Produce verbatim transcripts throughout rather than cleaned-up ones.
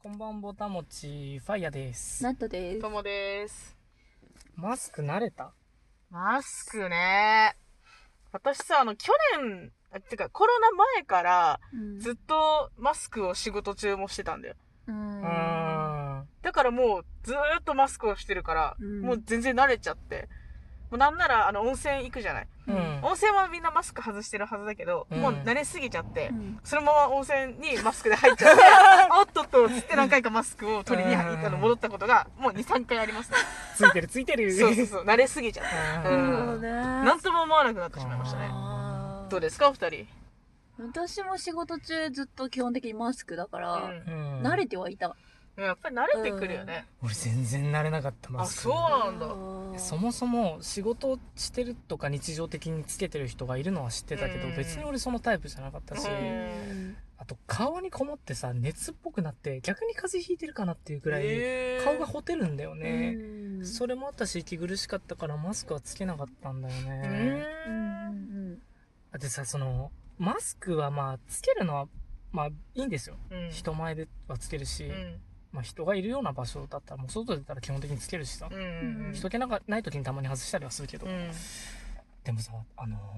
こんばんぼたもちファイヤです。 ナットです。 ともです。 マスク慣れた？ マスクね。私さ、あの、去年、あてかコロナ前からずっとマスクを仕事中もしてたんだよ。 うーん。 うーん。 だからもうずーっとマスクをしてるから、 うんもう全然慣れちゃって。もうなんなら、あの、温泉行くじゃない。 うん。 温泉はみんなマスク外してるはずだけど、 うんもう慣れすぎちゃって、 うんそのまま温泉にマスクで入っちゃって、おっとっとつって何回かマスクを取りに入ったの戻ったことがもうに、さんかいありますね。 ついてるついてる。 そうそうそう、慣れすぎちゃって。 あーうんなるほどね。 なんとも思わなくなってしまいましたね。 あーどうですか、お二人。 私も仕事中ずっと基本的にマスクだから、 うんうん。 慣れてはいた。 やっぱり慣れてくるよね。 俺全然慣れなかったマあ、 スク。 そうなんだ。 あーそもそも仕事してるとか日常的につけてる人がいるのは知ってたけど、 うん別に俺そのタイプじゃなかったし、 うんあと顔にこもってさ、熱っぽくなって逆に風邪ひいてるかなっていうくらいへー顔がほてるんだよね。 うんそれもあったし息苦しかったからマスクはつけなかったんだようね。 うんうんだってさ、そのマスクはまあつけるのはまあいいんですよ。 うん人前ではつけるし、 うんまあ人がいるような場所だったらもう外出たら基本的につけるしさ、 うんうん人気なんかない時にたまに外したりはするけど、 うんでもさ、あのー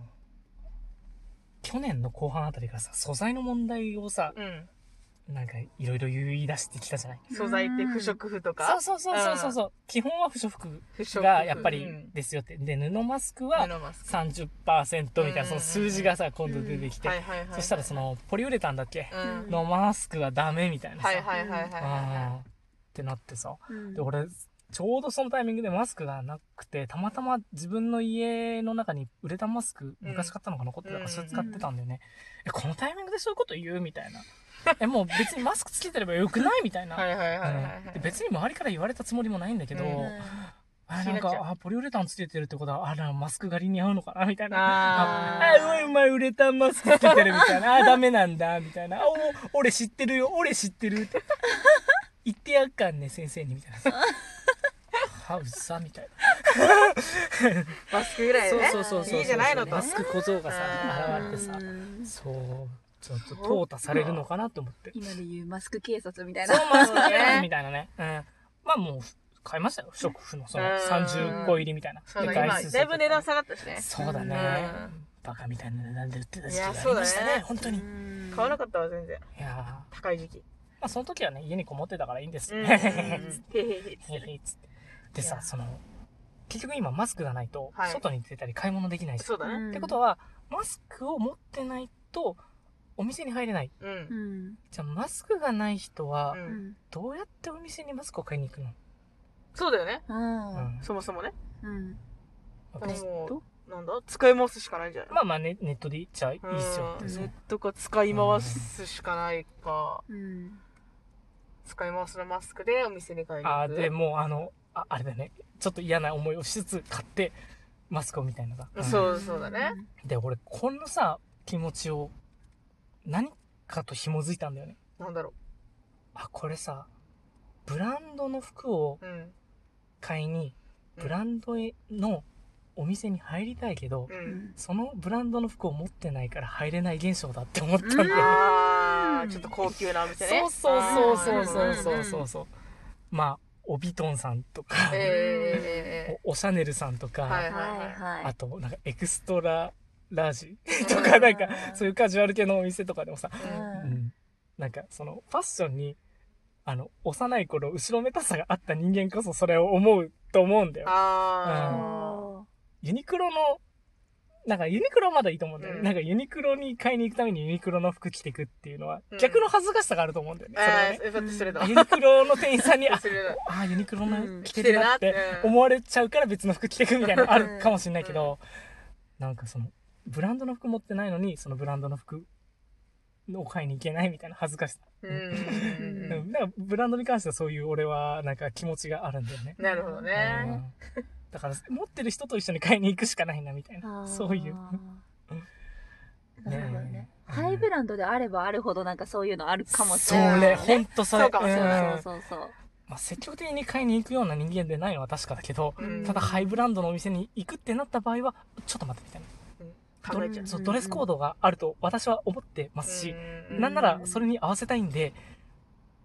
去年の後半あたりからさ、素材の問題をさ、 うんなんかいろいろ言い出してきたじゃない。 素材って不織布とそかうそうそうそうそうそう、基本は不織布不織布がやっぱりうんですよって。で、布マスクは布マスクさんじゅっパーセントみたいなその数字がさ、今度出てきて、 はいはいはいはいそしたらそのポリウレタンだっけ、 うんのマスクはダメみたいなさ、 はいはいはいはいあーはってなってさ、 うんで俺ちょうどそのタイミングでマスクがなくて、たまたま自分の家の中にウレタンマスク昔買ったのが残ってたから、 うんそれ使ってたんだよね。え、このタイミングでそういうこと言うみたいな。え、もう別にマスクつけてればよくないみたいな。 いはいはいはいはいうんで別に周りから言われたつもりもないんだけど、 うんあなん気になっちゃうかあポリウレタンつけてるってことはあらマスク狩りに合うのかなみたいな。 あーあおいお前ウレタンマスクつけてるみたいな。あダメなんだみたいな。お俺知ってるよ俺知ってるって言ってやっかんね先生にみたいな。はうざみたいな。 マスクぐらいでねそうそうそうそう。 いいじゃないのとマスク小僧がさうん現れてさ、 うんそうちょっと淘汰されるのかなと思って。 今で言うマスク警察みたいそうな。 マスク警察みたいなね。うん。まあもう買いましたよ不織布のそのうんさんじゅっこ入りみたいな。 そうだで今だいぶ値段下がったしねそうだねうん。 バカみたいな値段で売ってた時期いやがありましたそうだねね本当に。いうん買わなかったわ全然やー高い時期まあその時はね家にこもってたからいいんですよ。 うんへへへへへへつってでいやさその結局今マスクがないとはい外に出たり買い物できないし。 そうだねってことはマスクを持ってないとお店に入れない。 うんうんじゃあマスクがない人はううんんどうやってお店にマスクを買いに行くの？ そうだよねうんうんそもそもねうんだからもとうなんだ使い回すしかないんじゃないまあまあネネットで言っちゃいいっすよってうんそうネットか使い回すしかないかうん使い回すのマスクでお店に買いに行くあーでもうあのああれだねちょっと嫌な思いをしつつ買ってマスクをみたいなのが、うんそうそうだねで俺このさ気持ちを何かと紐づいたんだよね。 なんだろあこれさブランドの服をううん買いにうんブランドのお店に入りたいけど、 ううんんそのブランドの服を持ってないから入れない現象だって思ったんだよね。 あーちょっと高級なお店ねそうそうそうそうそううんそうそうそう。まあオビトンさんとか、 えーえおオシャネルさんとか、 はいはいはいあとなんかエクストララージとかなんかそういうカジュアル系のお店とかでもさ、 ーうん、なんかそのファッションにあの幼い頃後ろめたさがあった人間こそそれを思うと思うんだよ。 あユニクロのなんかユニクロはまだいいと思うんだよね、 うんなんかユニクロに買いに行くためにユニクロの服着てくっていうのは、 うん逆の恥ずかしさがあると思うんだよね。 ーそれはねあーだってそれだユニクロの店員さんにあそれだあユニクロのうん着てるなってうん思われちゃうから別の服着てくみたいなのあるかもしれないけど、なんかそのブランドの服持ってないのにそのブランドの服を買いに行けないみたいな恥ずかしさ、 うんうんうんううんん、だからブランドに関してはそういう俺はなんか気持ちがあるんだよね。 なるほどねうんだから持ってる人と一緒に買いに行くしかないなみたいなあーそういうなるほどねねえハイブランドであればあるほどなんかそういうのあるかもしそれないれほんとそれそうかもしれないうんそうそうそうまあ、積極的に買いに行くような人間でないのは確かだけど、 うんただハイブランドのお店に行くってなった場合はちょっと待ってみたいな考えちゃうそうドレスコードがあると私は思ってますし、 うんなんならそれに合わせたいんで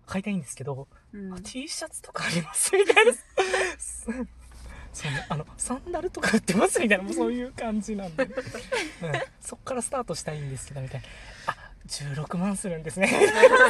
買いたいんですけど、 うんあ T シャツとかありますみたいなそそのあのサンダルとか売ってますみたいな、もうそういう感じなんで、うん、そっからスタートしたいんですけどみたいな、あじゅうろくまんするんですね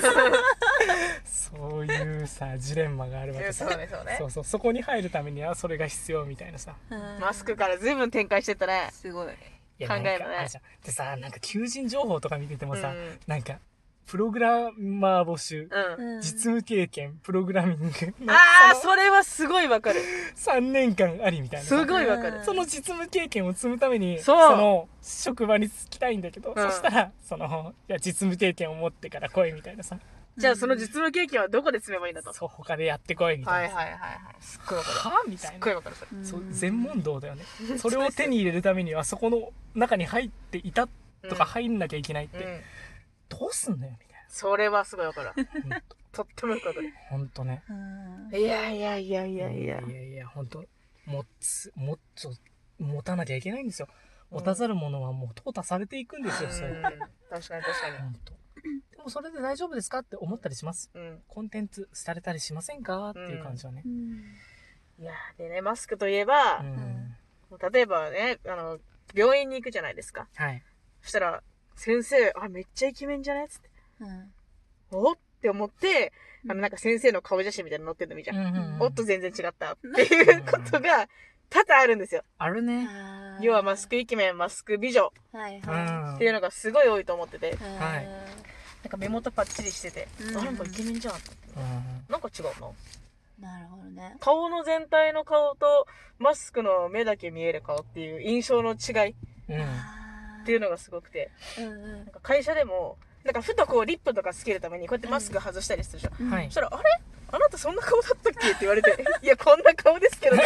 そういうさジレンマがあるわけさ。 そうねそうねそうそう、そこに入るためにはそれが必要みたいなさ。 マスクから随分展開してったね。 すごい。 いや考えるねなんかあるじゃんでさ、なんか求人情報とか見ててもさ、 うんなんかプログラマー募集、 うん。 実務経験プログラミングのああ、それはすごいわかる。 さんねんかんありみたいなさ。 すごいわかる。 その実務経験を積むためにそうの職場に就きたいんだけど、 うんそしたらそのいや実務経験を持ってから来いみたいなさ、 じゃあその実務経験はどこで積めばいいんだと。 そう他でやってこいみたなさ、 はいいはいはいはい。すっごいわかる。 はみたすっいな、 ごいわかるそれ。 そう全問答だよね。それを手に入れるためにはそこの中に入っていたとか入んなきゃいけないって、 うん。 どうすんだよみたいそれはすごいわかる。 な。 とってもよくわかる。 ほんとね。 うんいやいやいやいやいや。 いやいやほんともつもっと持たなきゃいけないんですよ。持たざるものはもう淘汰されていくんですよ、それ。 うん確かに確かに。 ほんと。でもそれで大丈夫ですかって思ったりします。 うん。 コンテンツされたりしませんかっていう感じはねう。んいやでね、マスクといえばう、ん。 例えばね、あの、病院に行くじゃないですか。 はい。 そしたら、先生、あ、めっちゃイケメンじゃないつって。 うんおって思って、あの、なんか先生の顔写真みたいなの載ってるの見ちゃう。 うんおっと全然違ったっていうことが多々あるんですよ。 あるね。 あー要はマスクイケメン、マスク美女はいうん。 はっていうのがすごい多いと思ってて、 いはいなんか目元パッチリしてて、 うんあ、なんかイケメンじゃん。 うんなんか違うな。 なるほどね。 顔の全体の顔とマスクの目だけ見える顔っていう印象の違いっうん。 ていうのがすごくて、 うんうんなんか会社でも、なんかふとこうリップとかつけるためにこうやってマスク外したりするじゃん。 うんはいそしたら、あれあなたそんな顔だったっけって言われて、いや、こんな顔ですけどね。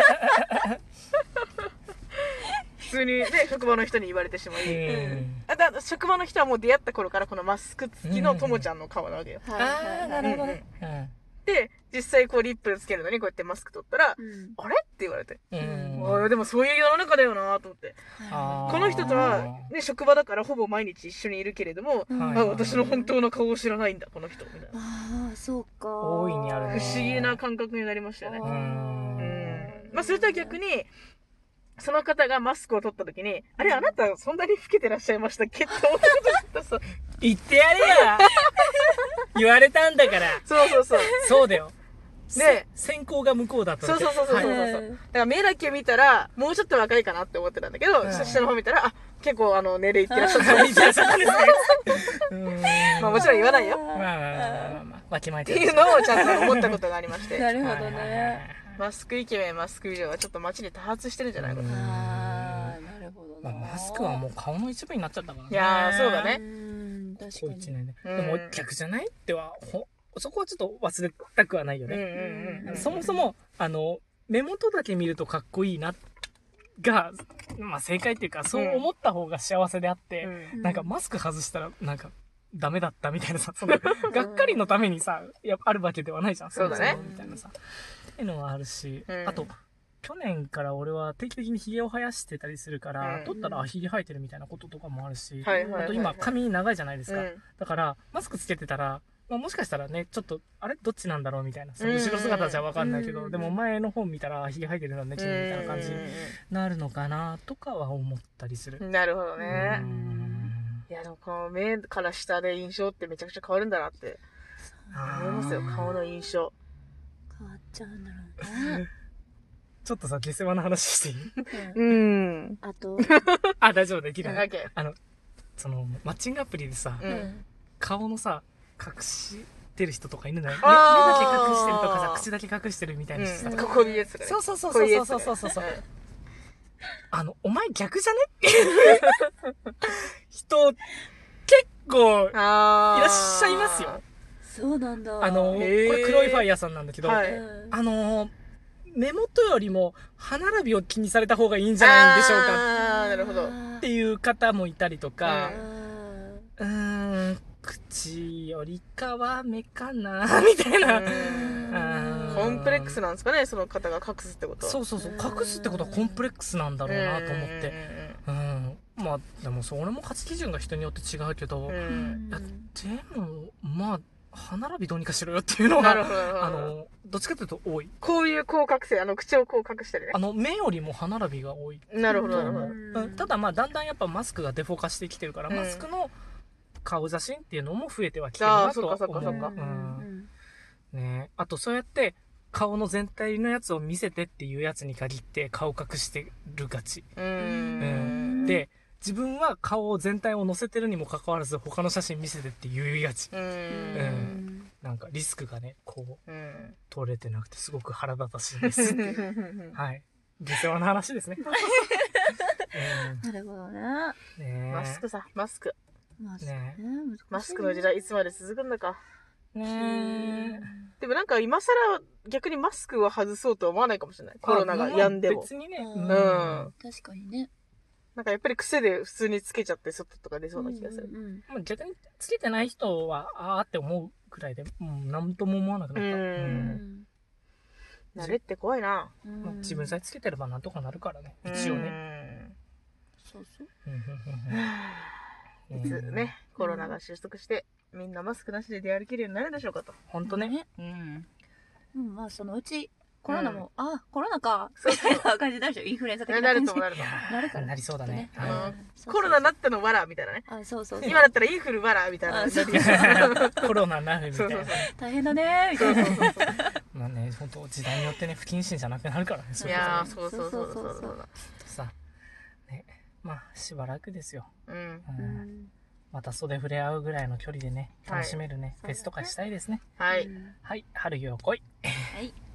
普通にね、職場の人に言われてしまい。 うんあだ職場の人はもう出会った頃からこのマスク付きのともちゃんの顔なわけよ。 はいああ、 はいはないるほどね。 で、実際こうリップつけるのにこうやってマスク取ったら、 うんあれって言われて。 うん。 あーでもそういう世の中だよなと思って。 あーこの人とは、ね、職場だからほぼ毎日一緒にいるけれども、 うんはいあ私の本当の顔を知らないんだ、この人。みたいな。 ああそうか。 大いにあるね不思議な感覚になりましたよね。 ううんん。 まあ、それとは逆に、その方がマスクを取った時に、あれ、あなたそんなに老けてらっしゃいましたっけって思ったことがあったそう言ってやれや言われたんだから。 そうそうそう。 そうだよ。 ねせ先行が向こうだったそうそうそうそうそうはいそう。だから目だけ見たら、もうちょっと若いかなって思ってたんだけど、 うん下の方見たら、あ、結構あの、年齢いってらっしゃった。 はいじゃあそうなんですね。うんまあもちろん言わないよ。 まあまあまあまあまあ、わきまえってていうのをちゃんと思ったことがありまして。 なるほどはいはいはいね。 マスクイケメン、マスク美女はちょっと街に多発してるんじゃないかうんな。 ああなるほどな。 まあマスクはもう顔の一部になっちゃったからね。 いやーそうだうねん確かここに。 一年で。 うんでも逆じゃないっては、ほそこはちょっと忘れたくはないようんうんね。 うんうん。 そもそも、あの、目元だけ見るとかっこいいな、が、まあ正解っていうか、そう思った方が幸せであって、 うんなんかマスク外したら、なんか、ダメだったみたいなさ、その、がっかりのためにさ、やあるわけではないじゃん。 そうだねもそもみたいなさ。っていうのはあるし、 うんあと、去年から俺は定期的に髭を生やしてたりするから、 うん取ったら、あ、髭生えてるみたいなこととかもあるし、 はいはいはいはい。 あと今、髪長いじゃないですか。 うんだから、マスクつけてたら、まあ、もしかしたらね、ちょっと、あれどっちなんだろうみたいな。そのうん後ろ姿じゃわかんないけど、 うんでも前の本見たら、髭生えてるのね、君みたいな感じになるのかな、とかは思ったりする。 うんなるほどうね。 んいやでもこの目から下で印象ってめちゃくちゃ変わるんだなって思いますよ、顔の印象。 変わっちゃうんだろうね。 ちょっとさ、下世話な話していいうんん。 あと、 あ、大丈夫、できる。 オッケあの、その、マッチングアプリでさ、 ー。 ううんん。 顔のさ、隠してる人とかいるのよ。目目あーだけ隠してるとかさ、口だけ隠してるみたいな人さ、 うん、ここにやつがね。 そうそうそうこいそううやつがねそうそうそうそう。あの、お前逆じゃねっていう人、結構、いあーらっしゃいますよ。 そうなんだ。 あの、こへーれ黒いファイヤーさんなんだけど、 はいうんあの、目元よりも歯並びを気にされた方がいいんじゃないんでしょうかあーなるほど。 っていう方もいたりとか、 ううーん、口よりかは目かな、みたいな。 うんうんコンプレックスなんですかね、その方が隠すってことは。 そうそうそう、隠すってことはコンプレックスなんだろうなと思って。うん。まあ、でもそれも価値基準が人によって違うけど、 うんうんうん。 いやでも、まあ、 歯並びどうにかしろよっていうのが、 なるほど、なるほど。 あの、どっちかというと多い。 こういう口角性、あの、口をこう隠したりねあ。の、目よりも歯並びが多い。 なるほど、なるほど。 うんただまあ、だんだんやっぱマスクがデフォ化してきてるから、 うんマスクの顔写真っていうのも増えてはきてるああ、 なとはそっかそっか思う。 そっか。 うんね、あとそうやって顔の全体のやつを見せてっていうやつに限って顔隠してるがち。 うーうんん。 で、自分は顔を全体を載せてるにもかかわらず他の写真見せてって言いがち。 うーん。 なんかリスクがね、こう、 うん。 取れてなくてすごく腹立たしいです。はい。下世話な話ですね。 なるほどね。 うんねえマスクさ、マスク。 マスクねね。難しいねマスクの時代いつまで続くんだか。 ねでもなんか今更逆にマスクを外そうとは思わないかもしれない。コロナが止んでも。 別にね。 ううん。 確かにね。 なんかやっぱり癖で普通につけちゃって外とか出そうな気がする。 うんうんまあ逆につけてない人は、あーって思うくらいで、うん、なんとも思わなくなった。 うんうん慣れって怖いな。 うんまあ、自分さえつけてればなんとかなるからね。一応ね。 ね。 そうそう。 うんうんうんうんいつね、コロナが収束して、みんなマスクなしで出歩けるようになるでしょうかと。 ほんとね。 うん。 うん、まあそのうちコロナも、あ、コロナか、 そうみたいな感じになるでしょ。インフルエンザ的ななる感じ。 ともなると。 なるから。 なりそうだね。 きっとあのはいそうコロナになったのわらみたいなね。 あ、そうそうそう。 今だったらインフルわらみたいな。 あそうコロナなるみたいうなそそうそう。。 大変だねみたいな。 そうそうそうそう。 まあね、ほんと時代によってね、不謹慎じゃなくなるからね。そういうこといやー、 ねそうそうそうそうそうそうそうそう。 さ、ね。まあ、しばらくですよ。 うん。 ううんんまた袖触れ合うぐらいの距離でね、楽しめるね、 はいフェスとかしたいですね。 はい。 うんはい、春よ来い。 はい。